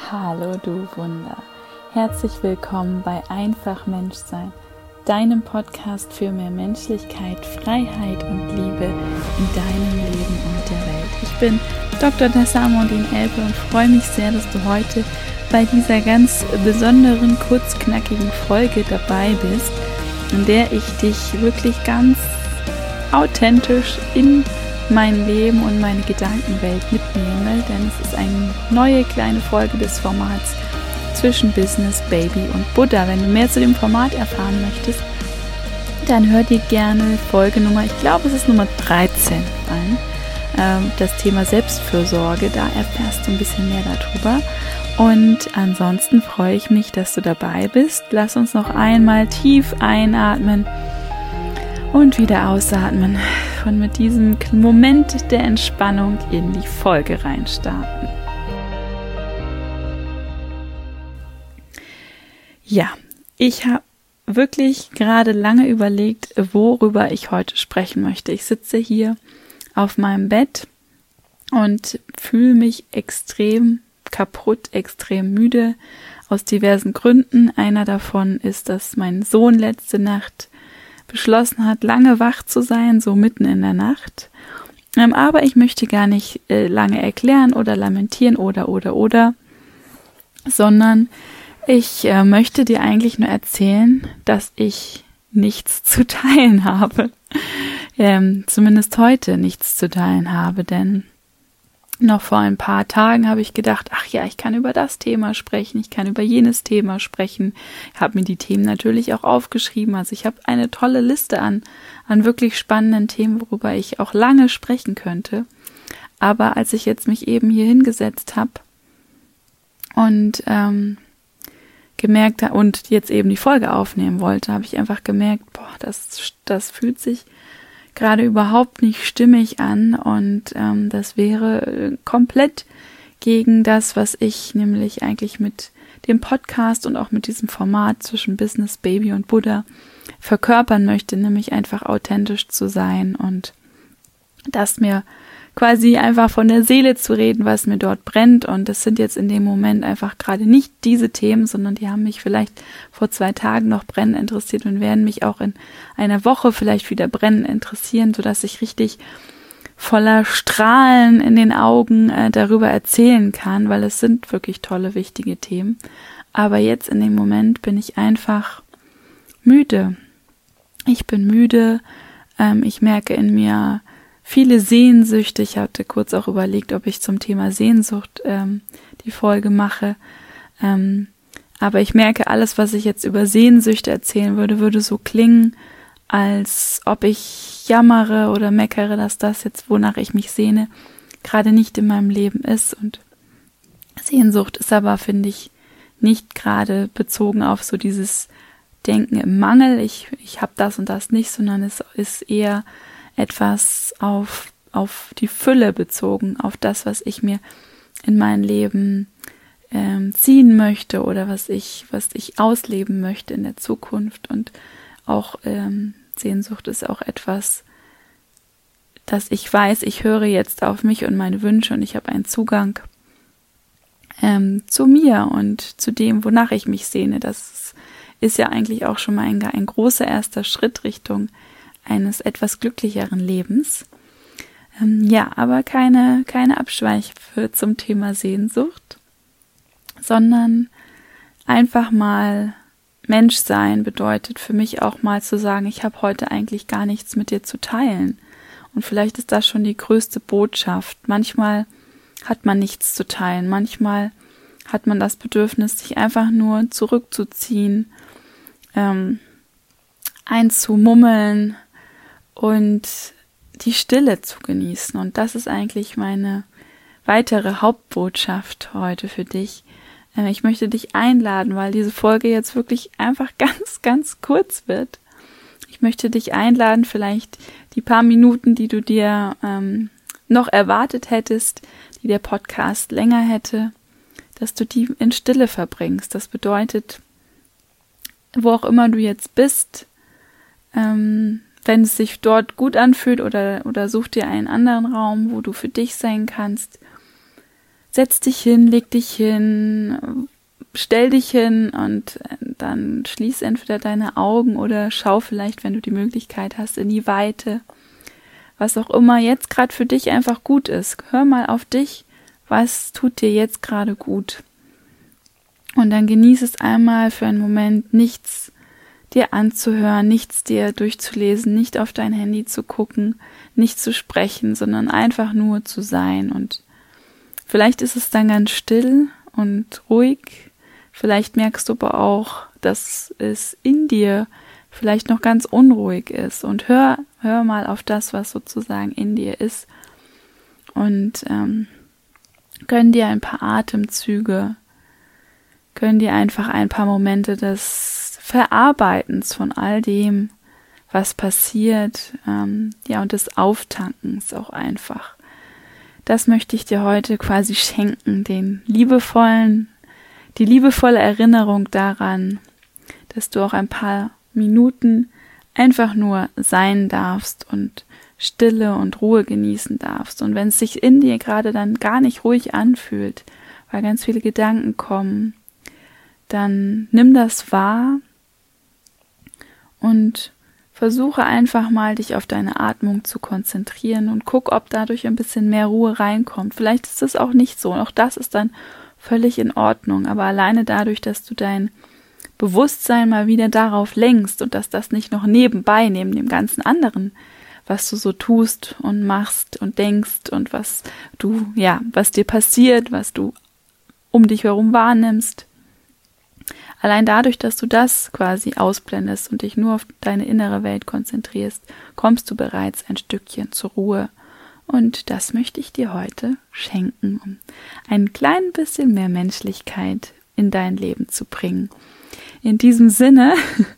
Hallo du Wunder, herzlich willkommen bei Einfach Menschsein, deinem Podcast für mehr Menschlichkeit, Freiheit und Liebe in deinem Leben und der Welt. Ich bin Dr. Tessa Amandine Elbe und freue mich sehr, dass du heute bei dieser ganz besonderen, kurzknackigen Folge dabei bist, in der ich dich wirklich ganz authentisch in mein Leben und meine Gedankenwelt mitnehme, denn es ist eine neue kleine Folge des Formats zwischen Business, Baby und Buddha. Wenn du mehr zu dem Format erfahren möchtest, dann hör dir gerne Folge Nummer, ich glaube es ist Nummer 13 an, das Thema Selbstfürsorge, da erfährst du ein bisschen mehr darüber. Und ansonsten freue ich mich, dass du dabei bist. Lass uns noch einmal tief einatmen und wieder ausatmen und mit diesem Moment der Entspannung in die Folge reinstarten. Ja, ich habe wirklich gerade lange überlegt, worüber ich heute sprechen möchte. Ich sitze hier auf meinem Bett und fühle mich extrem kaputt, extrem müde, aus diversen Gründen. Einer davon ist, dass mein Sohn letzte Nacht beschlossen hat, lange wach zu sein, so mitten in der Nacht. Aber ich möchte gar nicht lange erklären oder lamentieren oder, sondern ich möchte dir eigentlich nur erzählen, dass ich nichts zu teilen habe. Zumindest heute nichts zu teilen habe, denn noch vor ein paar Tagen habe ich gedacht, ach ja, ich kann über das Thema sprechen, ich kann über jenes Thema sprechen. Ich habe mir die Themen natürlich auch aufgeschrieben. Also ich habe eine tolle Liste an wirklich spannenden Themen, worüber ich auch lange sprechen könnte. Aber als ich jetzt mich eben hier hingesetzt habe und gemerkt habe und jetzt eben die Folge aufnehmen wollte, habe ich einfach gemerkt, das fühlt sich gerade überhaupt nicht stimmig an und das wäre komplett gegen das, was ich nämlich eigentlich mit dem Podcast und auch mit diesem Format zwischen Business, Baby und Buddha verkörpern möchte, nämlich einfach authentisch zu sein und das mir quasi einfach von der Seele zu reden, was mir dort brennt. Und das sind jetzt in dem Moment einfach gerade nicht diese Themen, sondern die haben mich vielleicht vor 2 Tagen noch brennend interessiert und werden mich auch in einer Woche vielleicht wieder brennend interessieren, sodass ich richtig voller Strahlen in den Augen darüber erzählen kann, weil es sind wirklich tolle, wichtige Themen. Aber jetzt in dem Moment bin ich einfach müde. Ich bin müde. Ich merke in mir viele Sehnsüchte. Ich hatte kurz auch überlegt, ob ich zum Thema Sehnsucht die Folge mache. Aber ich merke, alles, was ich jetzt über Sehnsüchte erzählen würde so klingen, als ob ich jammere oder meckere, dass das jetzt, wonach ich mich sehne, gerade nicht in meinem Leben ist. Und Sehnsucht ist aber, finde ich, nicht gerade bezogen auf so dieses Denken im Mangel. Ich habe das und das nicht, sondern es ist eher etwas auf die Fülle bezogen, auf das, was ich mir in mein Leben ziehen möchte oder was ich ausleben möchte in der Zukunft. Und auch Sehnsucht ist auch etwas, dass ich weiß, ich höre jetzt auf mich und meine Wünsche und ich habe einen Zugang zu mir und zu dem, wonach ich mich sehne. Das ist ja eigentlich auch schon mal ein großer erster Schritt Richtung eines etwas glücklicheren Lebens. Aber keine Abschweife zum Thema Sehnsucht, sondern einfach mal Menschsein bedeutet für mich auch mal zu sagen, ich habe heute eigentlich gar nichts mit dir zu teilen. Und vielleicht ist das schon die größte Botschaft. Manchmal hat man nichts zu teilen, manchmal hat man das Bedürfnis, sich einfach nur zurückzuziehen, einzumummeln und die Stille zu genießen. Und das ist eigentlich meine weitere Hauptbotschaft heute für dich. Ich möchte dich einladen, weil diese Folge jetzt wirklich einfach ganz, ganz kurz wird. Ich möchte dich einladen, vielleicht die paar Minuten, die du dir noch erwartet hättest, die der Podcast länger hätte, dass du die in Stille verbringst. Das bedeutet, wo auch immer du jetzt bist, wenn es sich dort gut anfühlt oder such dir einen anderen Raum, wo du für dich sein kannst, setz dich hin, leg dich hin, stell dich hin und dann schließ entweder deine Augen oder schau vielleicht, wenn du die Möglichkeit hast, in die Weite. Was auch immer jetzt gerade für dich einfach gut ist. Hör mal auf dich, was tut dir jetzt gerade gut. Und dann genieß es einmal für einen Moment, nichts dir anzuhören, nichts dir durchzulesen, nicht auf dein Handy zu gucken, nicht zu sprechen, sondern einfach nur zu sein. Und vielleicht ist es dann ganz still und ruhig. Vielleicht merkst du aber auch, dass es in dir vielleicht noch ganz unruhig ist. Und hör mal auf das, was sozusagen in dir ist. Und gönn dir ein paar Atemzüge, gönn dir einfach ein paar Momente des Verarbeitens von all dem, was passiert, und des Auftankens auch einfach. Das möchte ich dir heute quasi schenken, die liebevolle Erinnerung daran, dass du auch ein paar Minuten einfach nur sein darfst und Stille und Ruhe genießen darfst. Und wenn es sich in dir gerade dann gar nicht ruhig anfühlt, weil ganz viele Gedanken kommen, dann nimm das wahr und versuche einfach mal, dich auf deine Atmung zu konzentrieren und guck, ob dadurch ein bisschen mehr Ruhe reinkommt. Vielleicht ist es auch nicht so und auch das ist dann völlig in Ordnung, aber alleine dadurch, dass du dein Bewusstsein mal wieder darauf lenkst und dass das nicht noch nebenbei, neben dem ganzen anderen, was du so tust und machst und denkst und was dir passiert, was du um dich herum wahrnimmst. Allein dadurch, dass du das quasi ausblendest und dich nur auf deine innere Welt konzentrierst, kommst du bereits ein Stückchen zur Ruhe. Und das möchte ich dir heute schenken, um ein klein bisschen mehr Menschlichkeit in dein Leben zu bringen. In diesem Sinne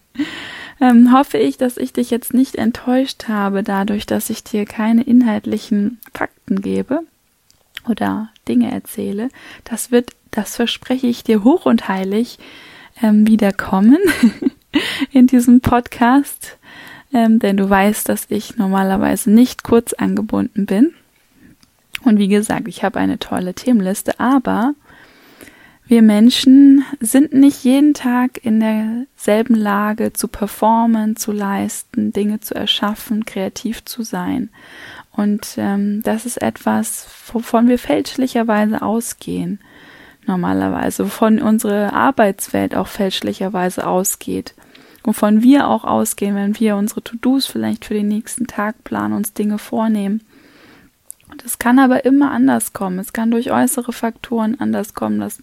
hoffe ich, dass ich dich jetzt nicht enttäuscht habe, dadurch, dass ich dir keine inhaltlichen Fakten gebe oder Dinge erzähle. Das verspreche ich dir hoch und heilig, wieder kommen in diesem Podcast, denn du weißt, dass ich normalerweise nicht kurz angebunden bin. Und wie gesagt, ich habe eine tolle Themenliste, aber wir Menschen sind nicht jeden Tag in derselben Lage zu performen, zu leisten, Dinge zu erschaffen, kreativ zu sein. Und das ist etwas, wovon wir fälschlicherweise ausgehen. Normalerweise, wovon unsere Arbeitswelt auch fälschlicherweise ausgeht, wovon wir auch ausgehen, wenn wir unsere To-Dos vielleicht für den nächsten Tag planen, uns Dinge vornehmen. Und es kann aber immer anders kommen. Es kann durch äußere Faktoren anders kommen, dass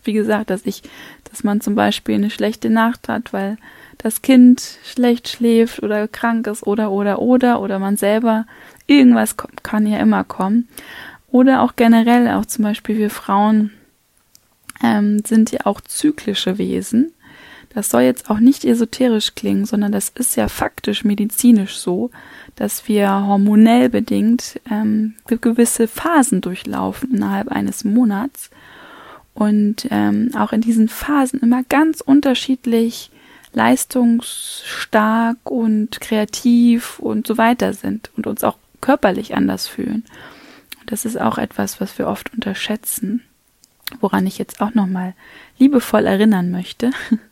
man zum Beispiel eine schlechte Nacht hat, weil das Kind schlecht schläft oder krank ist oder man selber, irgendwas kann ja immer kommen. Oder auch generell, auch zum Beispiel wir Frauen sind ja auch zyklische Wesen. Das soll jetzt auch nicht esoterisch klingen, sondern das ist ja faktisch medizinisch so, dass wir hormonell bedingt gewisse Phasen durchlaufen innerhalb eines Monats und auch in diesen Phasen immer ganz unterschiedlich leistungsstark und kreativ und so weiter sind und uns auch körperlich anders fühlen. Und das ist auch etwas, was wir oft unterschätzen, woran ich jetzt auch nochmal liebevoll erinnern möchte.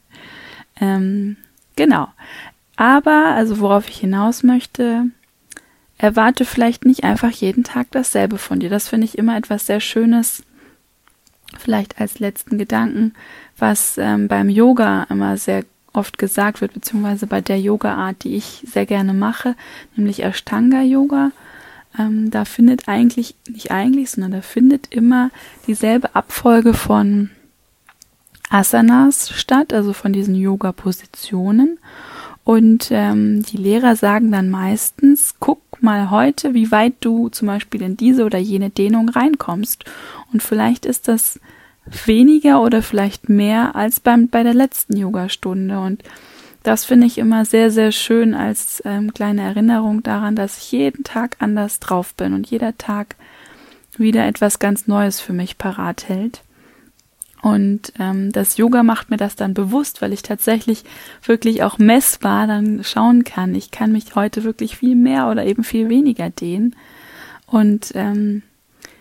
Genau. Aber, also worauf ich hinaus möchte, erwarte vielleicht nicht einfach jeden Tag dasselbe von dir. Das finde ich immer etwas sehr Schönes, vielleicht als letzten Gedanken, was beim Yoga immer sehr oft gesagt wird, beziehungsweise bei der Yoga-Art, die ich sehr gerne mache, nämlich Ashtanga-Yoga. Da findet da findet immer dieselbe Abfolge von Asanas statt, also von diesen Yoga-Positionen. Und die Lehrer sagen dann meistens, guck mal heute, wie weit du zum Beispiel in diese oder jene Dehnung reinkommst. Und vielleicht ist das weniger oder vielleicht mehr als bei der letzten Yogastunde. Und das finde ich immer sehr, sehr schön als kleine Erinnerung daran, dass ich jeden Tag anders drauf bin und jeder Tag wieder etwas ganz Neues für mich parat hält. Und das Yoga macht mir das dann bewusst, weil ich tatsächlich wirklich auch messbar dann schauen kann. Ich kann mich heute wirklich viel mehr oder eben viel weniger dehnen. Und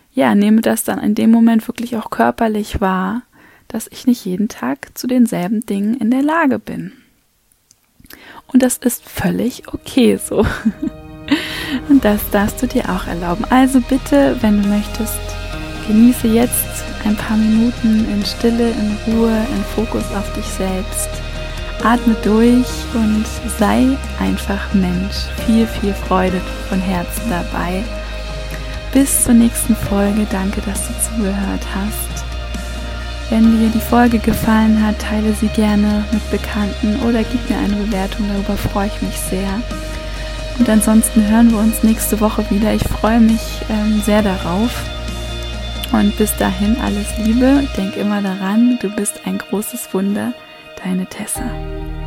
nehme das dann in dem Moment wirklich auch körperlich wahr, dass ich nicht jeden Tag zu denselben Dingen in der Lage bin. Und das ist völlig okay so. Und das darfst du dir auch erlauben. Also bitte, wenn du möchtest, genieße jetzt ein paar Minuten in Stille, in Ruhe, in Fokus auf dich selbst. Atme durch und sei einfach Mensch. Viel, viel Freude von Herzen dabei. Bis zur nächsten Folge. Danke, dass du zugehört hast. Wenn dir die Folge gefallen hat, teile sie gerne mit Bekannten oder gib mir eine Bewertung. Darüber freue ich mich sehr. Und ansonsten hören wir uns nächste Woche wieder. Ich freue mich sehr darauf. Und bis dahin alles Liebe. Denk immer daran, du bist ein großes Wunder. Deine Tessa.